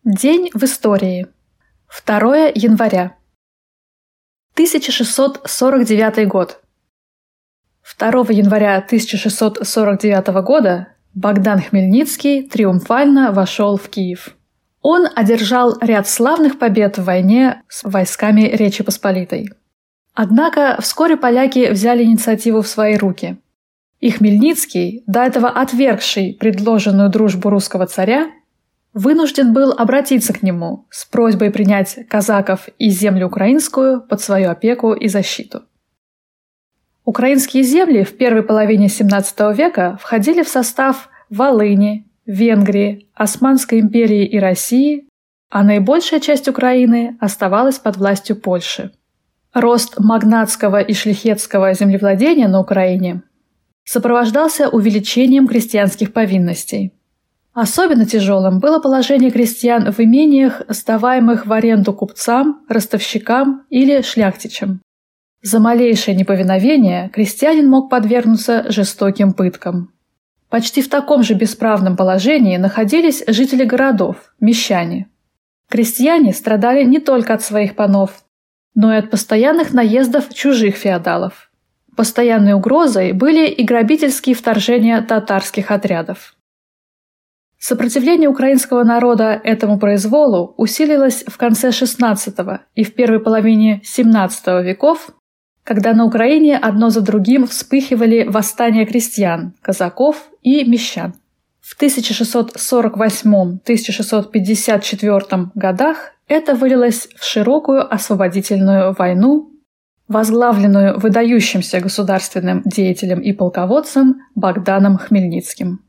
День в истории. 2 января. 1649 год. 2 января 1649 года Богдан Хмельницкий триумфально вошел в Киев. Он одержал ряд славных побед в войне с войсками Речи Посполитой. Однако вскоре поляки взяли инициативу в свои руки. И Хмельницкий, до этого отвергший предложенную дружбу русского царя, вынужден был обратиться к нему с просьбой принять казаков и землю украинскую под свою опеку и защиту. Украинские земли в первой половине XVII века входили в состав Волыни, Венгрии, Османской империи и России, а наибольшая часть Украины оставалась под властью Польши. Рост магнатского и шляхетского землевладения на Украине сопровождался увеличением крестьянских повинностей. Особенно тяжелым было положение крестьян в имениях, сдаваемых в аренду купцам, ростовщикам или шляхтичам. За малейшее неповиновение крестьянин мог подвергнуться жестоким пыткам. Почти в таком же бесправном положении находились жители городов, мещане. Крестьяне страдали не только от своих панов, но и от постоянных наездов чужих феодалов. Постоянной угрозой были и грабительские вторжения татарских отрядов. Сопротивление украинского народа этому произволу усилилось в конце XVI и в первой половине XVII веков, когда на Украине одно за другим вспыхивали восстания крестьян, казаков и мещан. В 1648-1654 годах это вылилось в широкую освободительную войну, возглавленную выдающимся государственным деятелем и полководцем Богданом Хмельницким.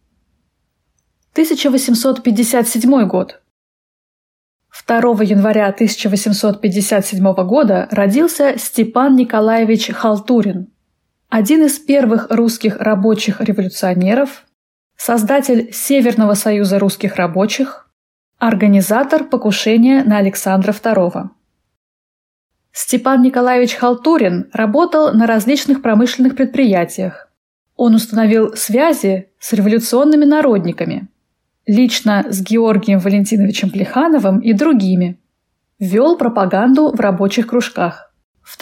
1857 год. 2 января 1857 года родился Степан Николаевич Халтурин, один из первых русских рабочих революционеров, создатель Северного союза русских рабочих, организатор покушения на Александра II. Степан Николаевич Халтурин работал на различных промышленных предприятиях. Он установил связи с революционными народниками, лично с Георгием Валентиновичем Плехановым и другими. Вел пропаганду в рабочих кружках. В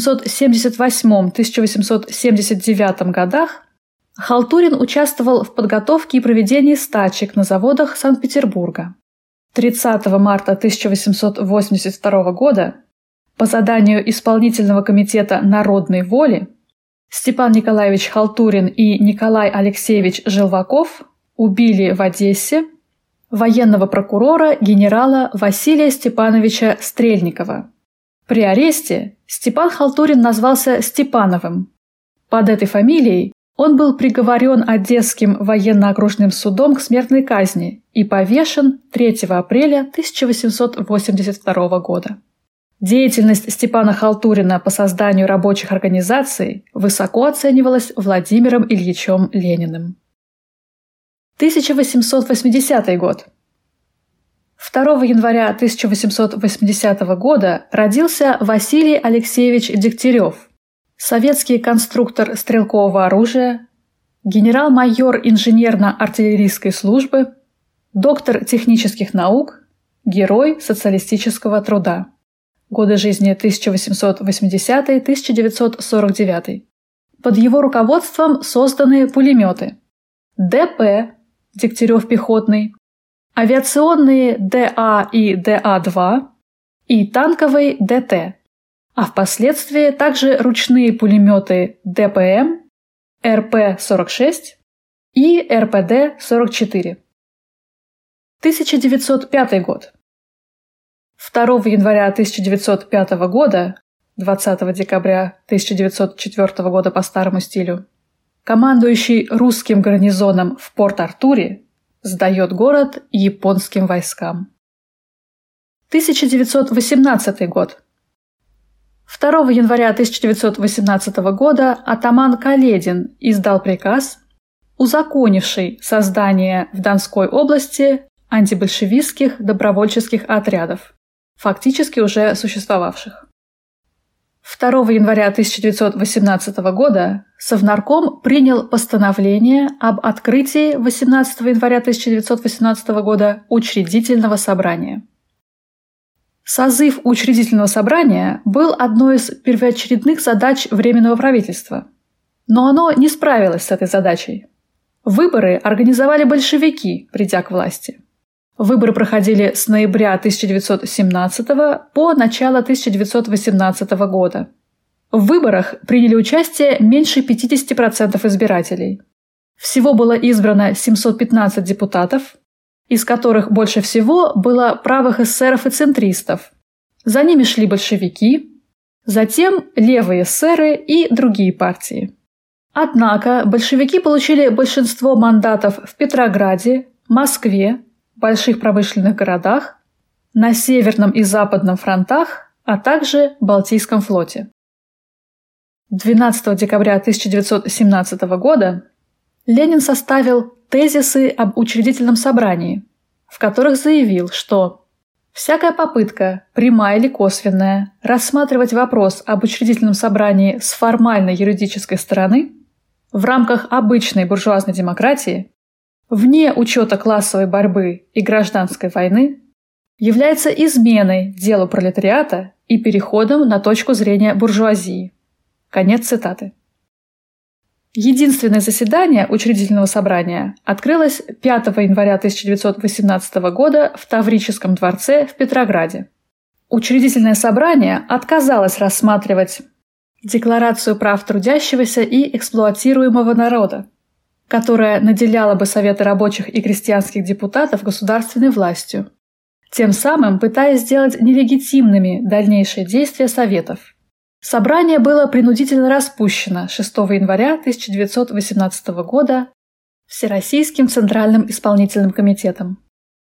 1878-1879 годах Халтурин участвовал в подготовке и проведении стачек на заводах Санкт-Петербурга. 30 марта 1882 года по заданию Исполнительного комитета народной воли Степан Николаевич Халтурин и Николай Алексеевич Желваков убили в Одессе военного прокурора генерала Василия Степановича Стрельникова. При аресте Степан Халтурин назвался Степановым. Под этой фамилией он был приговорен Одесским военно-окружным судом к смертной казни и повешен 3 апреля 1882 года. Деятельность Степана Халтурина по созданию рабочих организаций высоко оценивалась Владимиром Ильичем Лениным. 1880 год. 2 января 1880 года родился Василий Алексеевич Дегтярев, советский конструктор стрелкового оружия, генерал-майор инженерно-артиллерийской службы, доктор технических наук, герой социалистического труда. Годы жизни 1880-1949. Под его руководством созданы пулеметы ДП Дегтярев пехотный, авиационные ДА и ДА-2 и танковый ДТ, а впоследствии также ручные пулеметы ДПМ, РП-46 и РПД-44. 1905 год. 2 января 1905 года, 20 декабря 1904 года по старому стилю, командующий русским гарнизоном в Порт-Артуре сдает город японским войскам. 1918 год. 2 января 1918 года атаман Каледин издал приказ, узаконивший создание в Донской области антибольшевистских добровольческих отрядов, фактически уже существовавших. 2 января 1918 года Совнарком принял постановление об открытии 18 января 1918 года Учредительного собрания. Созыв Учредительного собрания был одной из первоочередных задач Временного правительства. Но оно не справилось с этой задачей. Выборы организовали большевики, придя к власти. Выборы проходили с ноября 1917 по начало 1918 года. В выборах приняли участие меньше 50% избирателей. Всего было избрано 715 депутатов, из которых больше всего было правых эсеров и центристов. За ними шли большевики, затем левые эсеры и другие партии. Однако большевики получили большинство мандатов в Петрограде, Москве, больших промышленных городах, на Северном и Западном фронтах, а также Балтийском флоте. 12 декабря 1917 года Ленин составил тезисы об Учредительном собрании, в которых заявил, что всякая попытка, прямая или косвенная, рассматривать вопрос об Учредительном собрании с формальной юридической стороны в рамках обычной буржуазной демократии, вне учета классовой борьбы и гражданской войны, является изменой делу пролетариата и переходом на точку зрения буржуазии. Конец цитаты. Единственное заседание Учредительного собрания открылось 5 января 1918 года в Таврическом дворце в Петрограде. Учредительное собрание отказалось рассматривать Декларацию прав трудящегося и эксплуатируемого народа, которая наделяла бы Советы рабочих и крестьянских депутатов государственной властью, тем самым пытаясь сделать нелегитимными дальнейшие действия Советов. Собрание было принудительно распущено 6 января 1918 года Всероссийским Центральным исполнительным комитетом.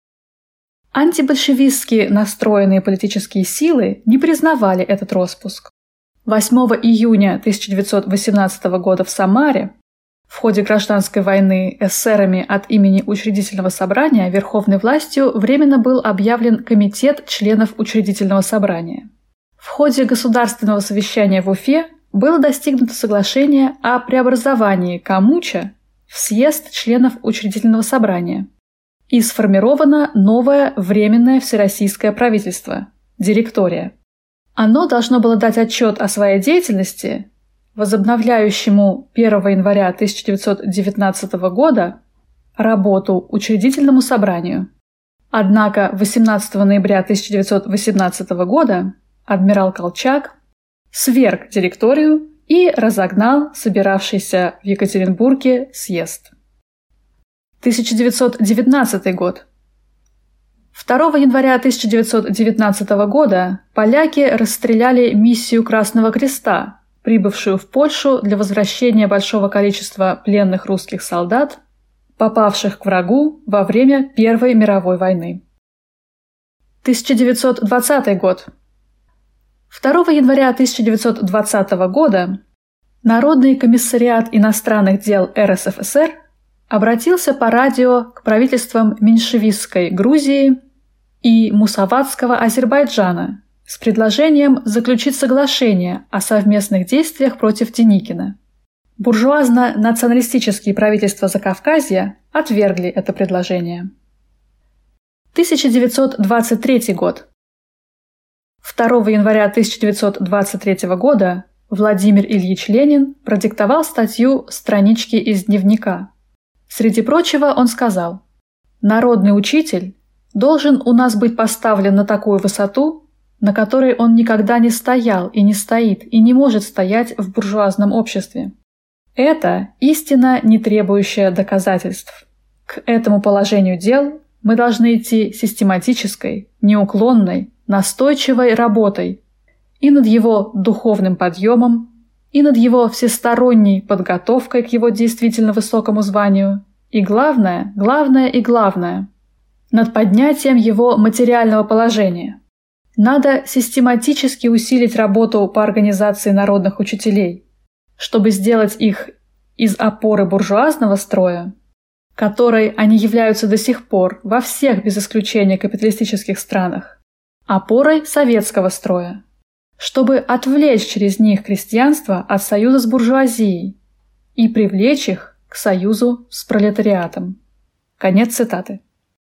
Антибольшевистски настроенные политические силы не признавали этот роспуск. 8 июня 1918 года в Самаре в ходе гражданской войны эсерами от имени Учредительного собрания верховной властью временно был объявлен Комитет членов Учредительного собрания. В ходе государственного совещания в Уфе было достигнуто соглашение о преобразовании Камуча в съезд членов Учредительного собрания и сформировано новое Временное Всероссийское правительство – директория. Оно должно было дать отчет о своей деятельности возобновляющему 1 января 1919 года работу Учредительному собранию. Однако 18 ноября 1918 года адмирал Колчак сверг директорию и разогнал собиравшийся в Екатеринбурге съезд. 1919 год. 2 января 1919 года поляки расстреляли миссию Красного Креста, прибывшую в Польшу для возвращения большого количества пленных русских солдат, попавших к врагу во время Первой мировой войны. 1920 год. 2 января 1920 года Народный комиссариат иностранных дел РСФСР обратился по радио к правительствам меньшевистской Грузии и мусаватского Азербайджана с предложением заключить соглашение о совместных действиях против Деникина. Буржуазно-националистические правительства Закавказья отвергли это предложение. 1923 год. 2 января 1923 года Владимир Ильич Ленин продиктовал статью «Странички из дневника». Среди прочего он сказал: «Народный учитель должен у нас быть поставлен на такую высоту, на которой он никогда не стоял и не стоит и не может стоять в буржуазном обществе. Это истина, не требующая доказательств. К этому положению дел мы должны идти систематической, неуклонной, настойчивой работой и над его духовным подъемом, и над его всесторонней подготовкой к его действительно высокому званию, и главное, над поднятием его материального положения. Надо систематически усилить работу по организации народных учителей, чтобы сделать их из опоры буржуазного строя, которой они являются до сих пор во всех без исключения капиталистических странах, опорой советского строя, чтобы отвлечь через них крестьянство от союза с буржуазией и привлечь их к союзу с пролетариатом. Конец цитаты.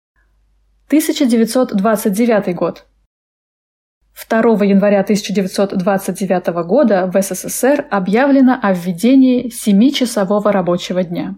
1929 год. 2 января 1929 года в СССР объявлено о введении 7-часового рабочего дня.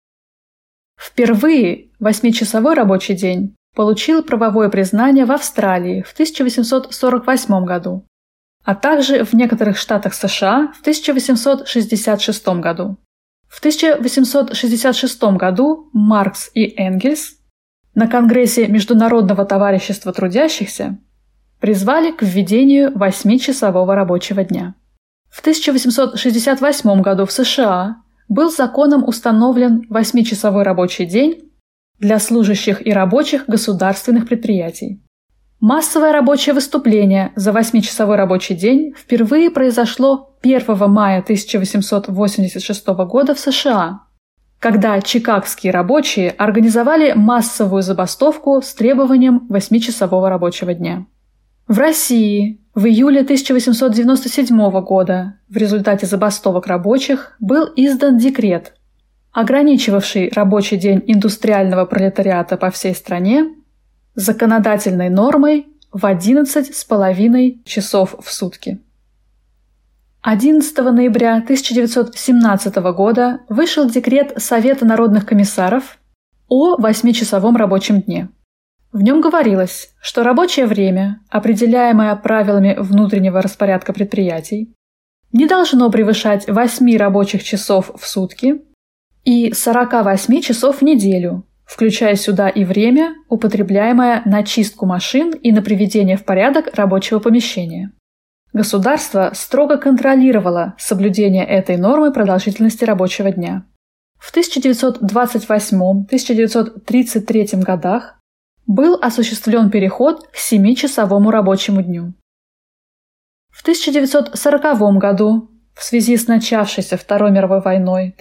Впервые 8-часовой рабочий день получил правовое признание в Австралии в 1848 году, а также в некоторых штатах США в 1866 году. В 1866 году Маркс и Энгельс на Конгрессе Международного товарищества трудящихся призвали к введению 8-часового рабочего дня. В 1868 году в США был законом установлен 8-часовой рабочий день для служащих и рабочих государственных предприятий. Массовое рабочее выступление за 8-часовой рабочий день впервые произошло 1 мая 1886 года в США, когда чикагские рабочие организовали массовую забастовку с требованием 8-часового рабочего дня. В России в июле 1897 года в результате забастовок рабочих был издан декрет, ограничивавший рабочий день индустриального пролетариата по всей стране законодательной нормой в 11,5 часов в сутки. 11 ноября 1917 года вышел декрет Совета народных комиссаров о 8-часовом рабочем дне. В нем говорилось, что рабочее время, определяемое правилами внутреннего распорядка предприятий, не должно превышать 8 рабочих часов в сутки и 48 часов в неделю, включая сюда и время, употребляемое на чистку машин и на приведение в порядок рабочего помещения. Государство строго контролировало соблюдение этой нормы продолжительности рабочего дня. В 1928-1933 годах был осуществлен переход к 7-часовому рабочему дню. В 1940 году, в связи с начавшейся Второй мировой войной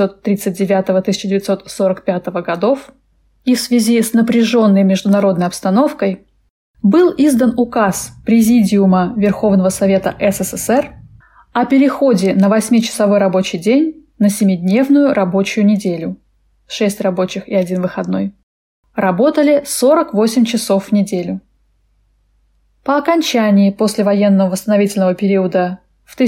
1939-1945 годов и в связи с напряженной международной обстановкой, был издан указ Президиума Верховного Совета СССР о переходе на 8-часовой рабочий день на 7-дневную рабочую неделю, 6 рабочих и 1 выходной. Работали 48 часов в неделю. По окончании послевоенного восстановительного периода в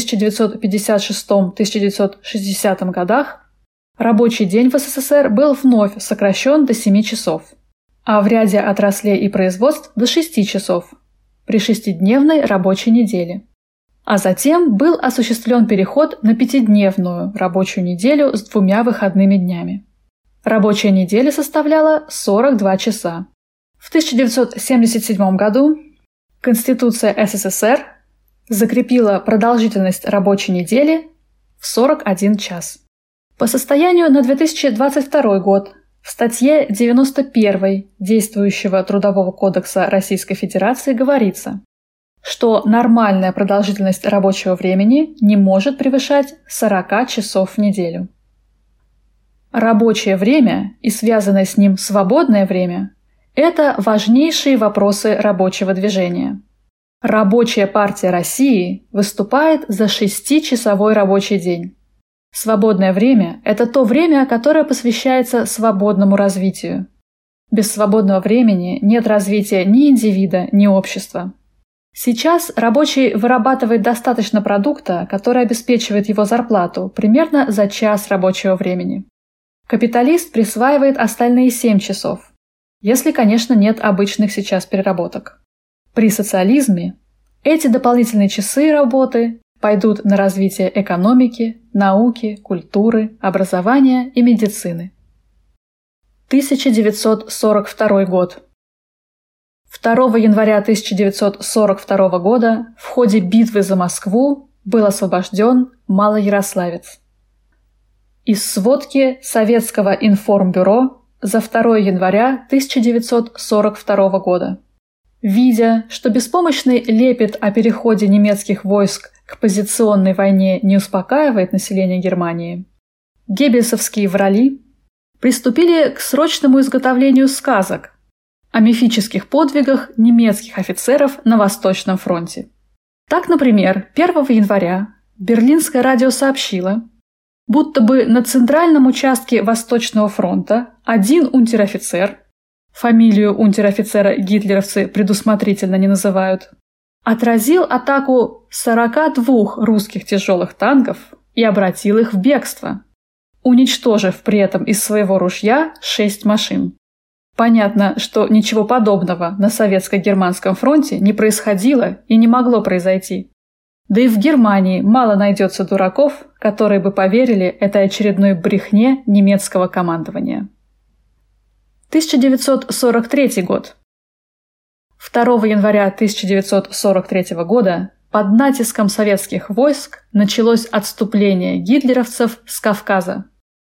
1956-1960 годах рабочий день в СССР был вновь сокращен до 7 часов, а в ряде отраслей и производств до 6 часов при 6-дневной рабочей неделе. А затем был осуществлен переход на 5-дневную рабочую неделю с 2 выходными днями. Рабочая неделя составляла 42 часа. В 1977 году Конституция СССР закрепила продолжительность рабочей недели в 41 час. По состоянию на 2022 год в статье 91 действующего Трудового кодекса Российской Федерации говорится, что нормальная продолжительность рабочего времени не может превышать 40 часов в неделю. Рабочее время и связанное с ним свободное время – это важнейшие вопросы рабочего движения. Рабочая партия России выступает за 6-часовой рабочий день. Свободное время – это то время, которое посвящается свободному развитию. Без свободного времени нет развития ни индивида, ни общества. Сейчас рабочий вырабатывает достаточно продукта, который обеспечивает его зарплату примерно за час рабочего времени. Капиталист присваивает остальные 7 часов, если, конечно, нет обычных сейчас переработок. При социализме эти дополнительные часы работы пойдут на развитие экономики, науки, культуры, образования и медицины. 1942 год. 2 января 1942 года в ходе битвы за Москву был освобожден Малоярославец. Из сводки Советского информбюро за 2 января 1942 года. Видя, что беспомощный лепет о переходе немецких войск к позиционной войне не успокаивает население Германии, геббельсовские врали приступили к срочному изготовлению сказок о мифических подвигах немецких офицеров на Восточном фронте. Так, например, 1 января Берлинское радио сообщило, будто бы на центральном участке Восточного фронта один унтер-офицер, фамилию унтер-офицера гитлеровцы предусмотрительно не называют, отразил атаку 42 русских тяжелых танков и обратил их в бегство, уничтожив при этом из своего ружья 6 машин. Понятно, что ничего подобного на советско-германском фронте не происходило и не могло произойти. Да и в Германии мало найдется дураков, которые бы поверили этой очередной брехне немецкого командования. 1943 год. 2 января 1943 года под натиском советских войск началось отступление гитлеровцев с Кавказа.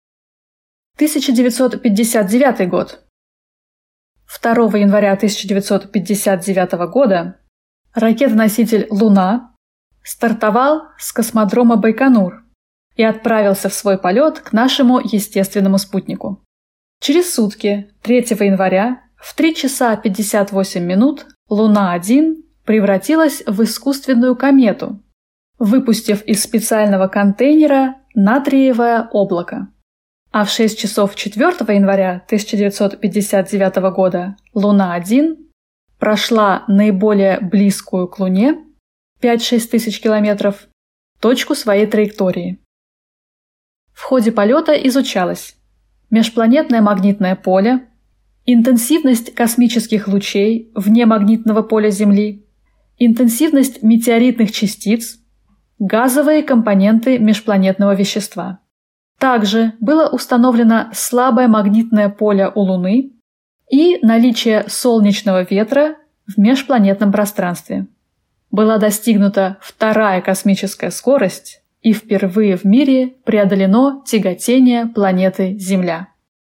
1959 год. 2 января 1959 года ракетоноситель «Луна» стартовал с космодрома Байконур и отправился в свой полет к нашему естественному спутнику. Через сутки, 3 января, в 3 часа 58 минут Луна-1 превратилась в искусственную комету, выпустив из специального контейнера натриевое облако. А в 6 часов 4 января 1959 года Луна-1 прошла наиболее близкую к Луне 5-6 тысяч километров точку своей траектории. В ходе полета изучалось межпланетное магнитное поле, интенсивность космических лучей вне магнитного поля Земли, интенсивность метеоритных частиц, газовые компоненты межпланетного вещества. Также было установлено слабое магнитное поле у Луны и наличие солнечного ветра в межпланетном пространстве. Была достигнута вторая космическая скорость и впервые в мире преодолено тяготение планеты Земля.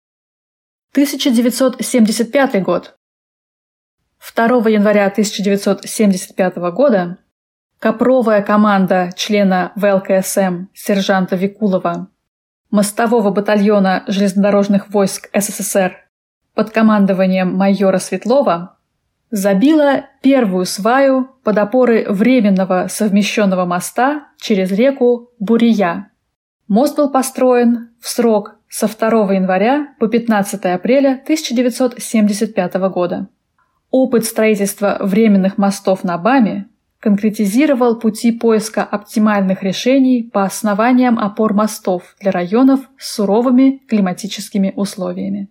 1975 год. 2 января 1975 года копровая команда члена ВЛКСМ сержанта Викулова мостового батальона железнодорожных войск СССР под командованием майора Светлова забила первую сваю под опоры временного совмещенного моста через реку Бурия. Мост был построен в срок со 2 января по 15 апреля 1975 года. Опыт строительства временных мостов на БАМе конкретизировал пути поиска оптимальных решений по основаниям опор мостов для районов с суровыми климатическими условиями.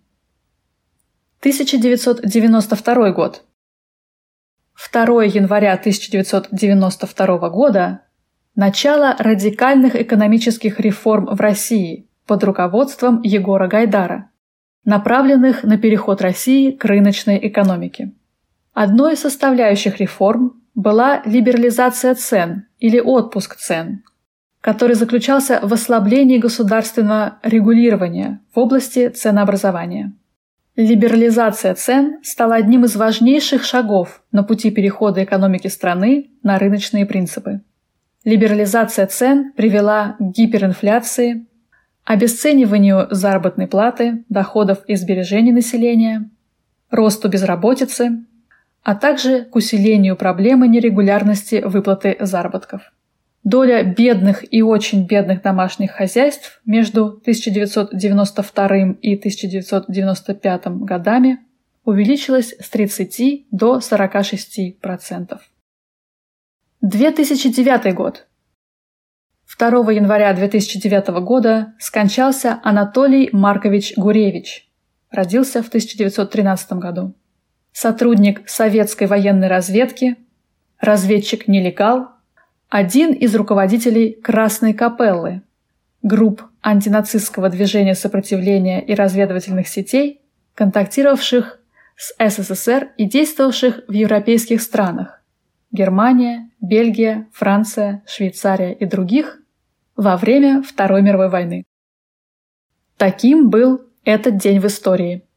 1992 год. 2 января 1992 года – начало радикальных экономических реформ в России под руководством Егора Гайдара, направленных на переход России к рыночной экономике. Одной из составляющих реформ была либерализация цен или отпуск цен, который заключался в ослаблении государственного регулирования в области ценообразования. Либерализация цен стала одним из важнейших шагов на пути перехода экономики страны на рыночные принципы. Либерализация цен привела к гиперинфляции, обесцениванию заработной платы, доходов и сбережений населения, росту безработицы, а также к усилению проблемы нерегулярности выплаты заработков. Доля бедных и очень бедных домашних хозяйств между 1992 и 1995 годами увеличилась с 30 до 46%. 2009 год. 2 января 2009 года скончался Анатолий Маркович Гуревич. Родился в 1913 году. Сотрудник советской военной разведки, разведчик-нелегал, один из руководителей Красной Капеллы, групп антинацистского движения сопротивления и разведывательных сетей, контактировавших с СССР и действовавших в европейских странах – Германия, Бельгия, Франция, Швейцария и других – во время Второй мировой войны. Таким был этот день в истории.